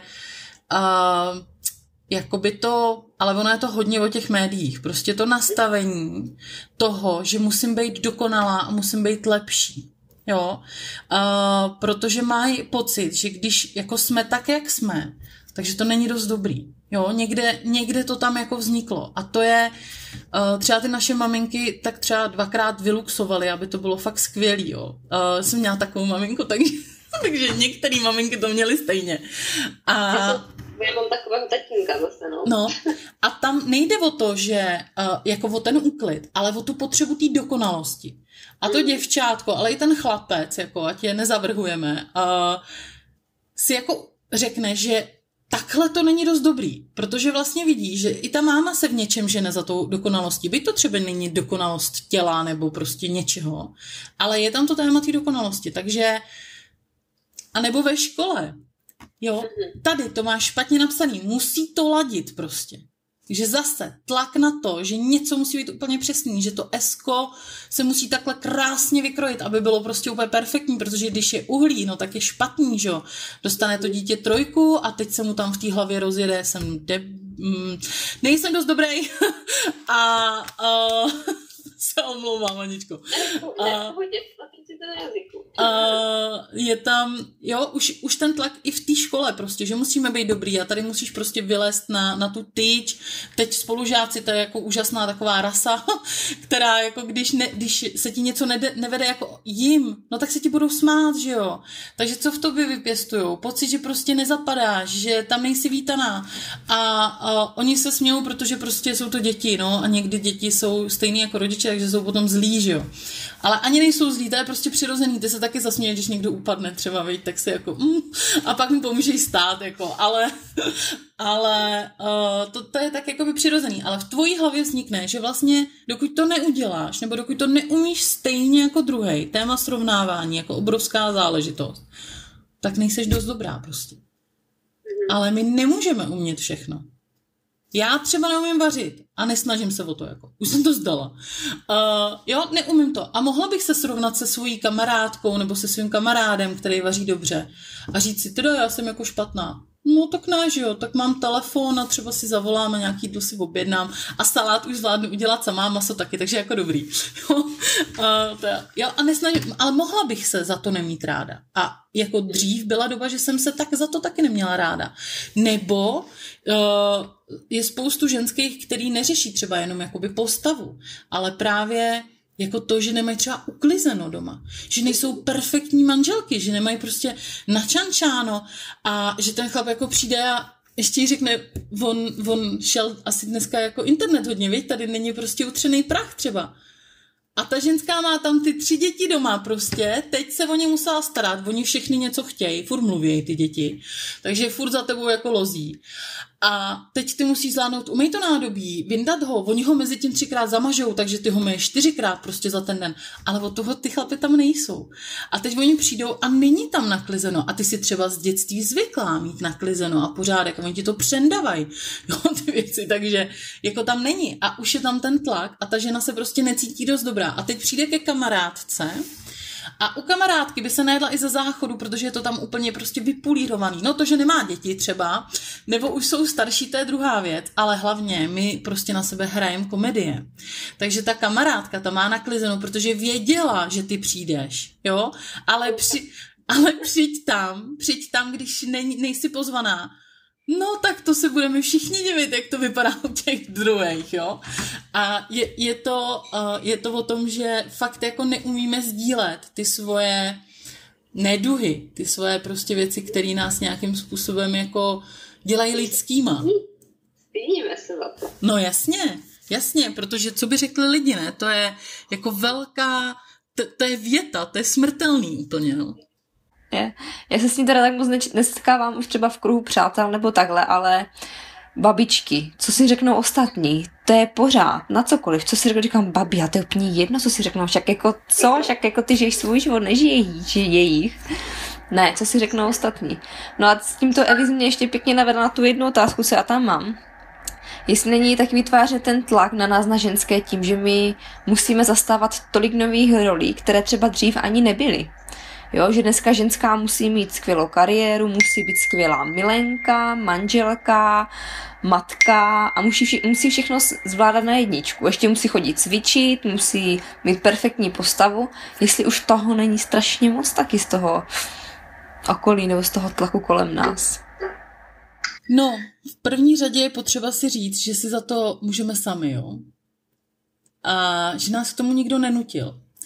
a, jakoby to, ale ono je to hodně o těch médiích, prostě to nastavení toho, že musím být dokonalá a musím být lepší. Jo, a, protože mají pocit, že když jako jsme tak, jak jsme, takže to není dost dobrý. Jo, někde, někde to tam jako vzniklo. A to je, uh, třeba ty naše maminky tak třeba dvakrát vyluxovaly, aby to bylo fakt skvělý, jo. Uh, jsem měla takovou maminku, takže, takže některé maminky to měly stejně. A... Já mám takového tatínka zase, no. No, a tam nejde o to, že uh, jako o ten úklid, ale o tu potřebu té dokonalosti. A to děvčátko, ale i ten chlapec, jako ať je nezavrhujeme, uh, si jako řekne, že takhle to není dost dobrý, protože vlastně vidí, že i ta máma se v něčem žene za tou dokonalostí. Byť to třeba není dokonalost těla nebo prostě něčeho, ale je tam to téma té dokonalosti, takže a nebo ve škole. Jo, tady to máš špatně napsaný, musí to ladit prostě. Takže zase tlak na to, že něco musí být úplně přesný, že to esko se musí takhle krásně vykrojit, aby bylo prostě úplně perfektní, protože když je uhlí, no tak je špatný, že jo. Dostane to dítě trojku a teď se mu tam v té hlavě rozjede, jsem de... Mm, nejsem dost dobrý a uh, se omlouvám, Aničko. A, a je tam, jo, už, už ten tlak i v té škole prostě, že musíme být dobrý a tady musíš prostě vylézt na, na tu tyč. Teď spolužáci, to je jako úžasná taková rasa, která jako když, ne, když se ti něco nede, nevede jako jim, no tak se ti budou smát, že jo. Takže co v tobě vypěstujou? Pocit, že prostě nezapadáš, že tam nejsi vítaná a, a oni se smějou, protože prostě jsou to děti, no a někdy děti jsou stejný jako rodiče, takže jsou potom zlí, že jo. Ale ani nejsou zlí, to je prostě přirozený, ty se taky zasměješ, když někdo upadne třeba, veď, tak si jako mm, a pak mi pomůžeš stát, jako, ale, ale uh, to, to je tak jako by přirozený, ale v tvojí hlavě vznikne, že vlastně dokud to neuděláš, nebo dokud to neumíš stejně jako druhej, téma srovnávání, jako obrovská záležitost, tak nejseš dost dobrá prostě. Ale my nemůžeme umět všechno. Já třeba neumím vařit a nesnažím se o to, jako. Už jsem to zdala. Uh, jo, neumím to. A mohla bych se srovnat se svojí kamarádkou nebo se svým kamarádem, který vaří dobře a říct si, teda já jsem jako špatná. No tak ne, že jo, tak mám telefon a třeba si zavolám a nějaký jídlo si objednám a salát už zvládnu udělat sama, maso taky, takže jako dobrý. Jo, uh, to je, jo a nesnažím, ale mohla bych se za to nemít ráda. A jako dřív byla doba, že jsem se tak za to taky neměla ráda. Nebo uh, je spoustu ženských, který neřeší třeba jenom jakoby postavu, ale právě jako to, že nemají třeba uklizeno doma, že nejsou perfektní manželky, že nemají prostě načančáno a že ten chlap jako přijde a ještě jí řekne, on, on šel asi dneska jako internet hodně, viď? Tady není prostě utřený prach třeba. A ta ženská má tam ty tři děti doma prostě, teď se o ně musela starat, oni všechny něco chtějí, furt mluví ty děti, takže furt za tebou jako lozí. A teď ty musíš zvládnout, umej to nádobí, vyndat ho, oni ho mezi tím třikrát zamažou, takže ty ho myješ čtyřikrát prostě za ten den. Ale od toho ty chlapy tam nejsou. A teď oni přijdou a není tam naklizeno. A ty si třeba z dětství zvyklá mít naklizeno a pořádek. A oni ti to přendavají, jo, ty věci. Takže jako tam není. A už je tam ten tlak a ta žena se prostě necítí dost dobrá. A teď přijde ke kamarádce a u kamarádky by se najedla i ze záchodu, protože je to tam úplně prostě vypulírovaný. No to, že nemá děti třeba, nebo už jsou starší, to je druhá věc, ale hlavně my prostě na sebe hrajeme komedie. Takže ta kamarádka tam má naklizeno, protože věděla, že ty přijdeš, jo? Ale, při, ale přijď tam, přijď tam, když nej, nejsi pozvaná. No tak to se budeme všichni divit, jak to vypadá u těch druhých, jo. A je, je, to, uh, je to o tom, že fakt jako neumíme sdílet ty svoje neduhy, ty svoje prostě věci, které nás nějakým způsobem jako dělají lidskýma. Stydíme se za to. No jasně, jasně, protože co by řekli lidi, ne? To je jako velká, to, to je věta, to je smrtelný úplně, no. Je. Já se s ní teda tak moc neč- nesetkávám už třeba v kruhu přátel nebo takhle, ale babičky, co si řeknou ostatní, to je pořád, na cokoliv, co si řeknou, říkám, babi, a to je úplně jedno, co si řeknou, však jako co, však jako ty žiješ svůj život, nežiješ jejich. Ne, co si řeknou ostatní. No a s tímto Evis mě ještě pěkně navedla na tu jednu otázku, co já tam mám. Jestli není tak vytvářet ten tlak na nás, na ženské, tím, že my musíme zastávat tolik nových rolí, které třeba dřív ani nebyly. Jo, že dneska ženská musí mít skvělou kariéru, musí být skvělá milenka, manželka, matka a musí, vše, musí všechno zvládat na jedničku. Ještě musí chodit cvičit, musí mít perfektní postavu, jestli už toho není strašně moc taky z toho okolí nebo z toho tlaku kolem nás. No, v první řadě je potřeba si říct, že si za to můžeme sami, jo. A že nás k tomu nikdo nenutil.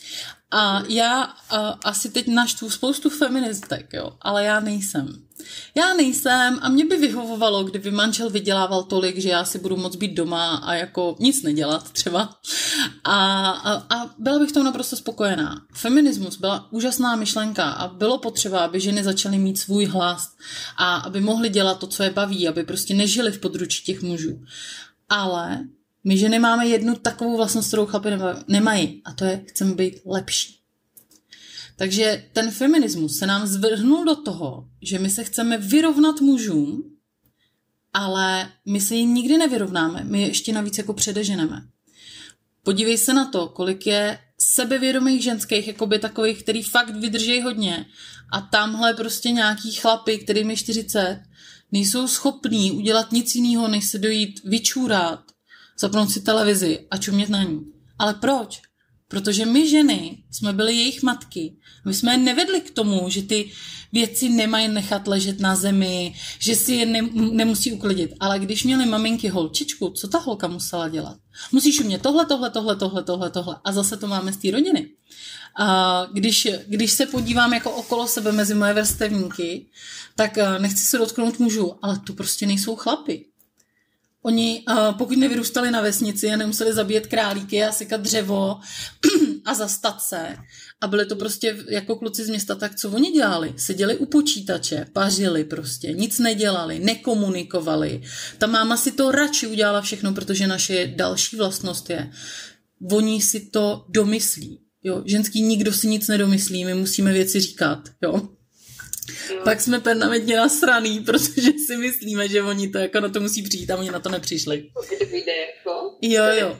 A já a, asi teď naštvu spoustu feministek, jo, ale já nejsem. Já nejsem a mě by vyhovovalo, kdyby manžel vydělával tolik, že já si budu moct být doma a jako nic nedělat třeba. A, a, a byla bych tomu naprosto spokojená. Feminismus byla úžasná myšlenka a bylo potřeba, aby ženy začaly mít svůj hlas a aby mohly dělat to, co je baví, aby prostě nežily v područí těch mužů. Ale my ženy máme jednu takovou vlastnost, kterou chlapi nemají a to je, chceme být lepší. Takže ten feminismus se nám zvrhnul do toho, že my se chceme vyrovnat mužům, ale my se jim nikdy nevyrovnáme, my je ještě navíc jako předeženeme. Podívej se na to, kolik je sebevědomých ženských, jakoby takových, který fakt vydrží hodně a tamhle prostě nějaký chlapy, kterým je čtyřicet, nejsou schopní udělat nic jiného, než se dojít vyčůrat, zapnout si televizi a čumět na ní. Ale proč? Protože my ženy jsme byly jejich matky. My jsme je nevedli k tomu, že ty věci nemají nechat ležet na zemi, že si je ne, nemusí uklidit. Ale když měly maminky holčičku, co ta holka musela dělat? Musíš umět tohle, tohle, tohle, tohle, tohle, tohle. A zase to máme z té rodiny. A když, když se podívám jako okolo sebe mezi moje vrstevníky, tak nechci se dotknout mužů, ale to prostě nejsou chlapi. Oni, pokud nevyrůstali na vesnici a nemuseli zabíjet králíky a sekat dřevo a zastat se a byli to prostě jako kluci z města, tak co oni dělali? Seděli u počítače, pařili prostě, nic nedělali, nekomunikovali. Ta máma si to radši udělala všechno, protože naše další vlastnost je, oni si to domyslí. Jo? Ženský nikdo si nic nedomyslí, my musíme věci říkat. Jo? Jo. Pak jsme permanentně nasraný, protože si myslíme, že oni to jako na to musí přijít a oni na to nepřišli. Kdyby jako. Jo, jo.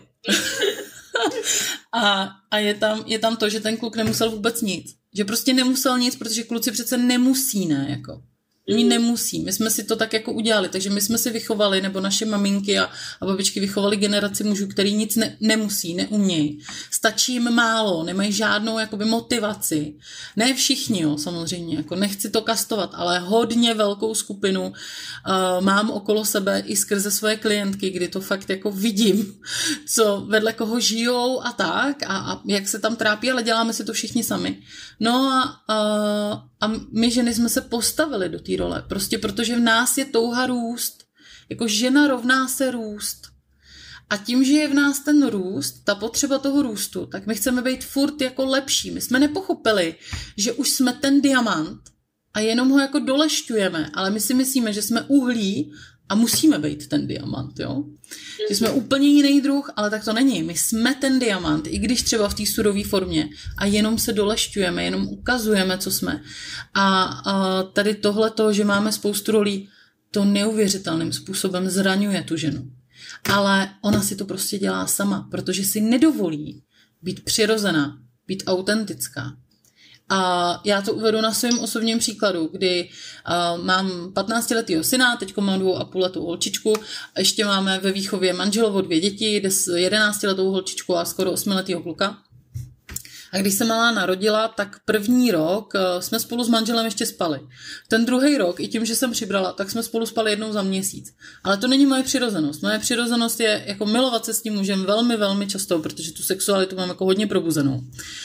a a je, tam, je tam to, že ten kluk nemusel vůbec nic. Že prostě nemusel nic, protože kluci přece nemusí, ne, jako. Oni nemusí. My jsme si to tak jako udělali, takže my jsme si vychovali, nebo naše maminky a, a babičky vychovali generaci mužů, který nic ne, nemusí, neumějí. Stačí jim málo, nemají žádnou jakoby motivaci. Ne všichni, jo, samozřejmě, jako nechci to kastovat, ale hodně velkou skupinu uh, mám okolo sebe i skrze svoje klientky, kdy to fakt jako vidím, co vedle koho žijou a tak a, a jak se tam trápí, ale děláme si to všichni sami. No a, uh, a my ženy jsme se postavili do té role, prostě protože v nás je touha růst. Jako žena rovná se růst. A tím, že je v nás ten růst, ta potřeba toho růstu, tak my chceme být furt jako lepší. My jsme nepochopili, že už jsme ten diamant a jenom ho jako dolešťujeme, ale my si myslíme, že jsme uhlí a musíme být ten diamant, jo? Že jsme úplně jiný druh, ale tak to není. My jsme ten diamant, i když třeba v té surové formě a jenom se dolešťujeme, jenom ukazujeme, co jsme. A, a tady tohleto, že máme spoustu rolí, to neuvěřitelným způsobem zraňuje tu ženu. Ale ona si to prostě dělá sama, protože si nedovolí být přirozená, být autentická. A já to uvedu na svém osobním příkladu, kdy uh, mám patnáctiletýho syna, teď mám dvou a půl letou holčičku, a ještě máme ve výchově manželovo dvě děti, jedenáctiletou holčičku a skoro osmiletýho kluka. A když se malá narodila, tak první rok uh, jsme spolu s manželem ještě spali. Ten druhý rok, i tím, že jsem přibrala, tak jsme spolu spali jednou za měsíc. Ale to není moje přirozenost. Moje přirozenost je jako milovat se s tím mužem velmi, velmi často, protože tu sexualitu mám jako hodně probuzenou.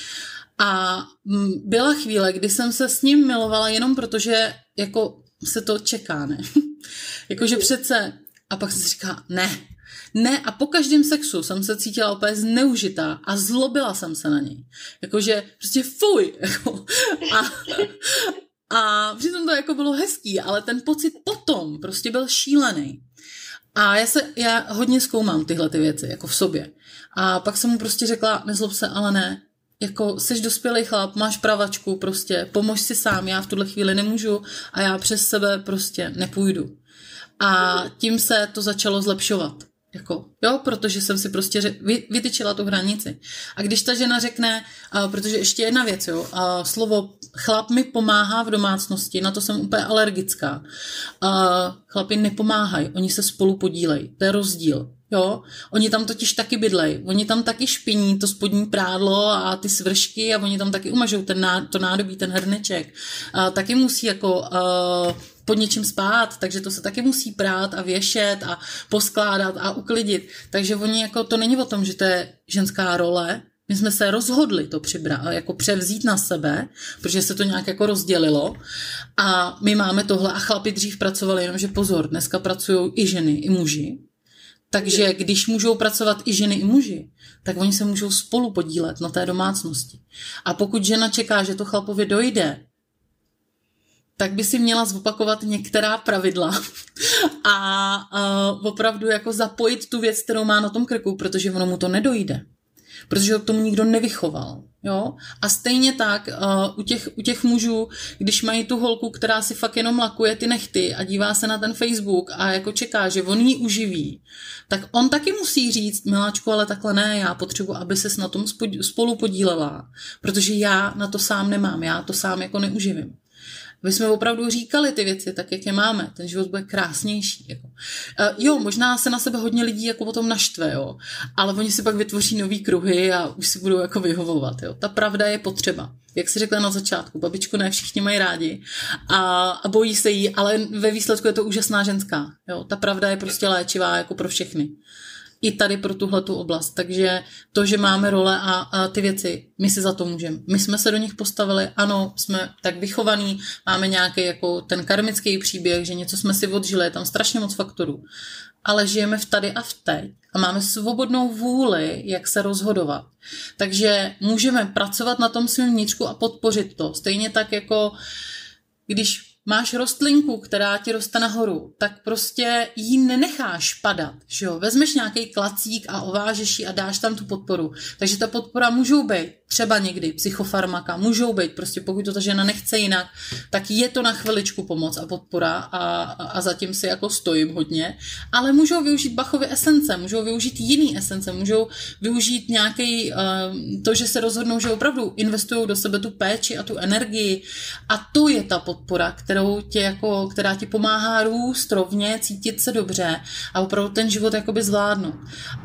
A byla chvíle, kdy jsem se s ním milovala jenom protože jako se to čeká, ne? Jakože přece, a pak jsem si říkala, ne, ne, a po každém sexu jsem se cítila úplně zneužitá a zlobila jsem se na něj. Jakože prostě fuj. Jako, a, a přitom to jako bylo hezký, ale ten pocit potom prostě byl šílený. A já se, já hodně zkoumám tyhle ty věci, jako v sobě. A pak jsem mu prostě řekla, nezlob se, ale ne, jako seš dospělý chlap, máš pravačku, prostě pomož si sám, já v tuhle chvíli nemůžu a já přes sebe prostě nepůjdu. A tím se to začalo zlepšovat. Jako, jo, protože jsem si prostě vy, vytyčila tu hranici. A když ta žena řekne, uh, protože ještě jedna věc, jo, uh, slovo chlap mi pomáhá v domácnosti, na to jsem úplně alergická. Uh, chlapi nepomáhají, oni se spolu podílejí, to je rozdíl. Jo, oni tam totiž taky bydlej, oni tam taky špiní to spodní prádlo a ty svršky a oni tam taky umažou ten ná, to nádobí, ten hrneček. A taky musí jako uh, pod něčím spát, takže to se taky musí prát a věšet a poskládat a uklidit. Takže oni jako, to není o tom, že to je ženská role, My jsme se rozhodli to přibra, jako převzít na sebe, protože se to nějak jako rozdělilo a my máme tohle a chlapi dřív pracovali, jenomže pozor, dneska pracují i ženy, i muži. Takže když můžou pracovat i ženy, i muži, tak oni se můžou spolu podílet na té domácnosti. A pokud žena čeká, že to chlapovi dojde, tak by si měla zopakovat některá pravidla a uh, opravdu jako zapojit tu věc, kterou má na tom krku, protože ono mu to nedojde. Protože ho k tomu nikdo nevychoval. Jo? A stejně tak uh, u, těch, u těch mužů, když mají tu holku, která si fakt jenom lakuje ty nechty a dívá se na ten Facebook a jako čeká, že on jí uživí, tak on taky musí říct, miláčku, ale takhle ne, já potřebuji, aby ses na tom spolu podílela, protože já na to sám nemám, já to sám jako neuživím. Aby jsme opravdu říkali ty věci tak, jak je máme. Ten život bude krásnější. Jako. Uh, jo, možná se na sebe hodně lidí jako potom naštve, jo, ale oni si pak vytvoří nový kruhy a už si budou jako vyhovovat. Jo. Ta pravda je potřeba. Jak jsi řekla na začátku, babičku ne všichni mají rádi a, a bojí se jí, ale ve výsledku je to úžasná ženská. Jo. Ta pravda je prostě léčivá jako pro všechny. I tady pro tuhletu oblast. Takže to, že máme role a, a ty věci, my si za to můžeme. My jsme se do nich postavili, ano, jsme tak vychovaní, máme nějaký jako ten karmický příběh, že něco jsme si odžili, je tam strašně moc faktorů. Ale žijeme v tady a v teď a máme svobodnou vůli, jak se rozhodovat. Takže můžeme pracovat na tom svém vnitřku a podpořit to. Stejně tak jako když máš rostlinku, která ti roste nahoru, tak prostě ji nenecháš padat, že jo? Vezmeš nějaký klacík a ovážeš ji a dáš tam tu podporu. Takže ta podpora můžou být třeba někdy psychofarmaka, můžou být, prostě pokud to ta žena nechce jinak, tak je to na chviličku pomoc a podpora a, a zatím si jako stojím hodně, ale můžou využít Bachovy esence, můžou využít jiný esence, můžou využít nějaký uh, to, že se rozhodnou, že opravdu investují do sebe tu péči a tu energii a to je ta podpora, kterou tě jako, která ti pomáhá růst rovně, cítit se dobře a opravdu ten život jakoby zvládnout.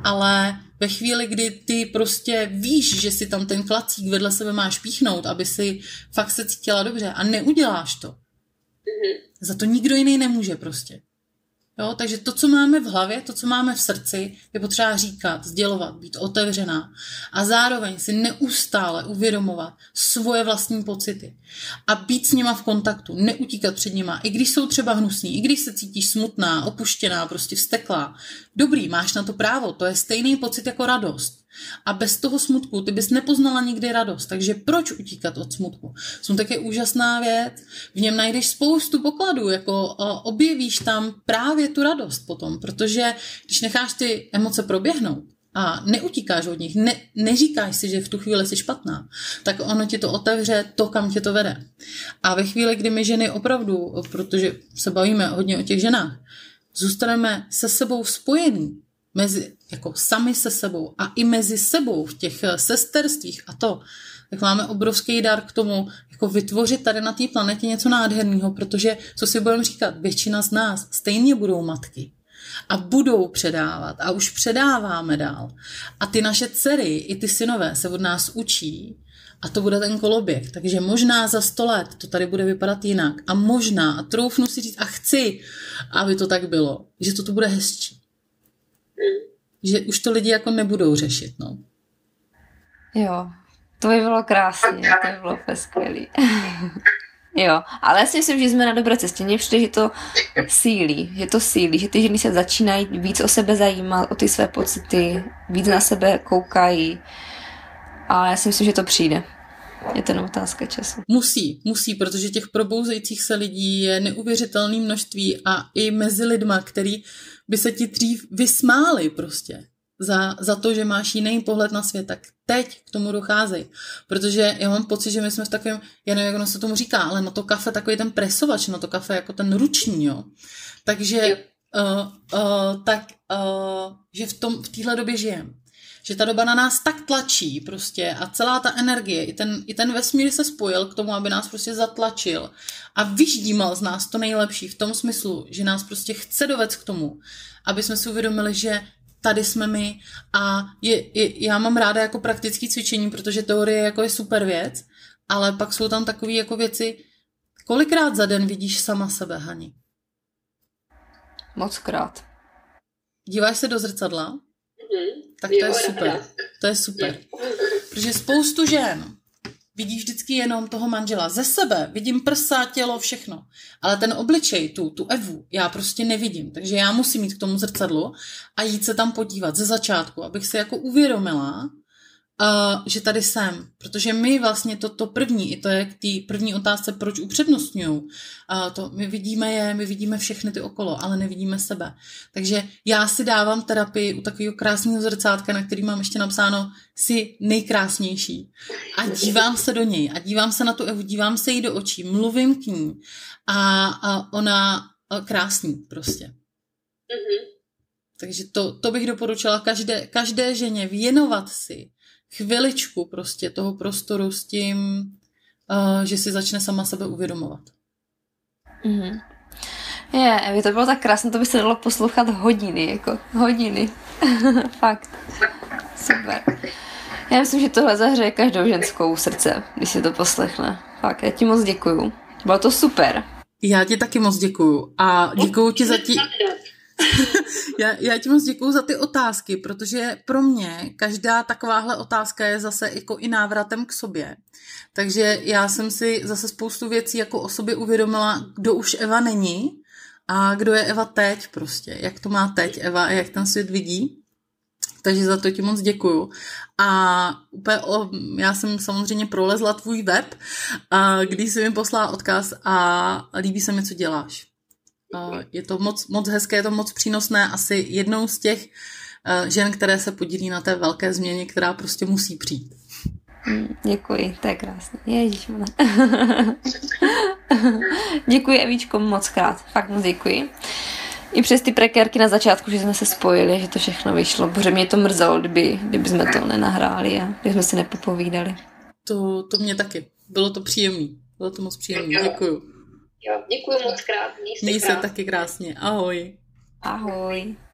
Ale ve chvíli, kdy ty prostě víš, že si tam ten klacík vedle sebe máš píchnout, aby si fakt se cítila dobře a neuděláš to, mm-hmm. za to nikdo jiný nemůže prostě. Jo, takže to, co máme v hlavě, to, co máme v srdci, je potřeba říkat, sdělovat, být otevřená a zároveň si neustále uvědomovat svoje vlastní pocity a být s nima v kontaktu, neutíkat před nima, i když jsou třeba hnusný, i když se cítíš smutná, opuštěná, prostě vzteklá. Dobrý, máš na to právo, to je stejný pocit jako radost. A bez toho smutku ty bys nepoznala nikdy radost, takže proč utíkat od smutku? Smutek je úžasná věc, v něm najdeš spoustu pokladů, jako objevíš tam právě tu radost potom, protože když necháš ty emoce proběhnout a neutíkáš od nich, ne, neříkáš si, že v tu chvíli jsi špatná, tak ono ti to otevře to, kam tě to vede. A ve chvíli, kdy my ženy opravdu, protože se bavíme hodně o těch ženách, zůstaneme se sebou spojení, mezi, jako sami se sebou a i mezi sebou v těch sesterstvích a to, tak máme obrovský dar k tomu, jako vytvořit tady na té planetě něco nádherného, protože, co si budeme říkat, většina z nás stejně budou matky a budou předávat a už předáváme dál. A ty naše dcery i ty synové se od nás učí a to bude ten koloběh. Takže možná za sto let to tady bude vypadat jinak a možná, a troufnu si říct a chci, aby to tak bylo, že to tu bude hezčí. Že už to lidi jako nebudou řešit, no. Jo, to by bylo krásně, to by bylo skvělý. Jo, ale já si myslím, že jsme na dobré cestě. Mně přijde, že to sílí, že to sílí, že ty ženy se začínají víc o sebe zajímat, o ty své pocity, víc na sebe koukají a já si myslím, že to přijde. Je to jenom otázka času. Musí, musí, protože těch probouzejících se lidí je neuvěřitelné množství a i mezi lidma, který by se ti dřív vysmáli prostě za, za to, že máš jiný pohled na svět, tak teď k tomu docházejí. Protože já mám pocit, že my jsme v takovém, já nevím, jak ono se tomu říká, ale na to kafe takový ten presovač, na to kafe jako ten ruční, jo. Takže uh, uh, tak, uh, že v tom v téhle době žijeme. Že ta doba na nás tak tlačí prostě a celá ta energie, i ten, i ten vesmír se spojil k tomu, aby nás prostě zatlačil a vyždímal z nás to nejlepší v tom smyslu, že nás prostě chce dovést k tomu, aby jsme si uvědomili, že tady jsme my a je, je, já mám ráda jako praktické cvičení, protože teorie jako je super věc, ale pak jsou tam takové jako věci, kolikrát za den vidíš sama sebe, Hani? Mockrát. Díváš se do zrcadla? Mm-hmm. Tak to je super. To je super. Protože spoustu žen vidí vždycky jenom toho manžela ze sebe, vidím prsa, tělo, všechno. Ale ten obličej, tu, tu Evu, já prostě nevidím. Takže já musím jít k tomu zrcadlu a jít se tam podívat ze začátku, abych si jako uvědomila, Uh, že tady jsem, protože my vlastně to, to první, i to je k té první otázce, proč upřednostňují, uh, to my vidíme je, my vidíme všechny ty okolo, ale nevidíme sebe. Takže já si dávám terapii u takového krásného zrcátka, na který mám ještě napsáno si nejkrásnější a dívám se do něj a dívám se na tu Evu, dívám se jí do očí, mluvím k ní a, a ona a krásný prostě. Mm-hmm. Takže to, to bych doporučila každé, každé ženě věnovat si chviličku prostě toho prostoru s tím, uh, že si začne sama sebe uvědomovat. Mm-hmm. Je, Evi, to bylo tak krásné, to by se dalo poslouchat hodiny, jako hodiny. Fakt. Super. Já myslím, že tohle zahřeje každou ženskou srdce, když si to poslechne. Fakt, já ti moc děkuju. Bylo to super. Já ti taky moc děkuju a děkuju ti za ti... já, já ti moc děkuju za ty otázky, protože pro mě každá takováhle otázka je zase jako i návratem k sobě. Takže já jsem si zase spoustu věcí jako o sobě uvědomila, kdo už Eva není a kdo je Eva teď prostě. Jak to má teď Eva a jak ten svět vidí. Takže za to ti moc děkuju. A úplně o, já jsem samozřejmě prolezla tvůj web, a když jsi mi poslala odkaz a líbí se mi, co děláš. Je to moc, moc hezké, je to moc přínosné, asi jednou z těch uh, žen, které se podílí na té velké změně, která prostě musí přijít. Děkuji, to je krásné. Ježišmane. Děkuji, Evíčko, moc krát. Fakt moc děkuji. I přes ty prekérky na začátku, že jsme se spojili, že to všechno vyšlo, protože mě to mrzelo, kdyby, kdyby jsme to nenahráli a kdyby jsme si nepopovídali. To, to mě taky. Bylo to příjemný. Bylo to moc příjemný. Děkuju. Jo, děkuji moc krát. Měj se taky krásně. Ahoj. Ahoj.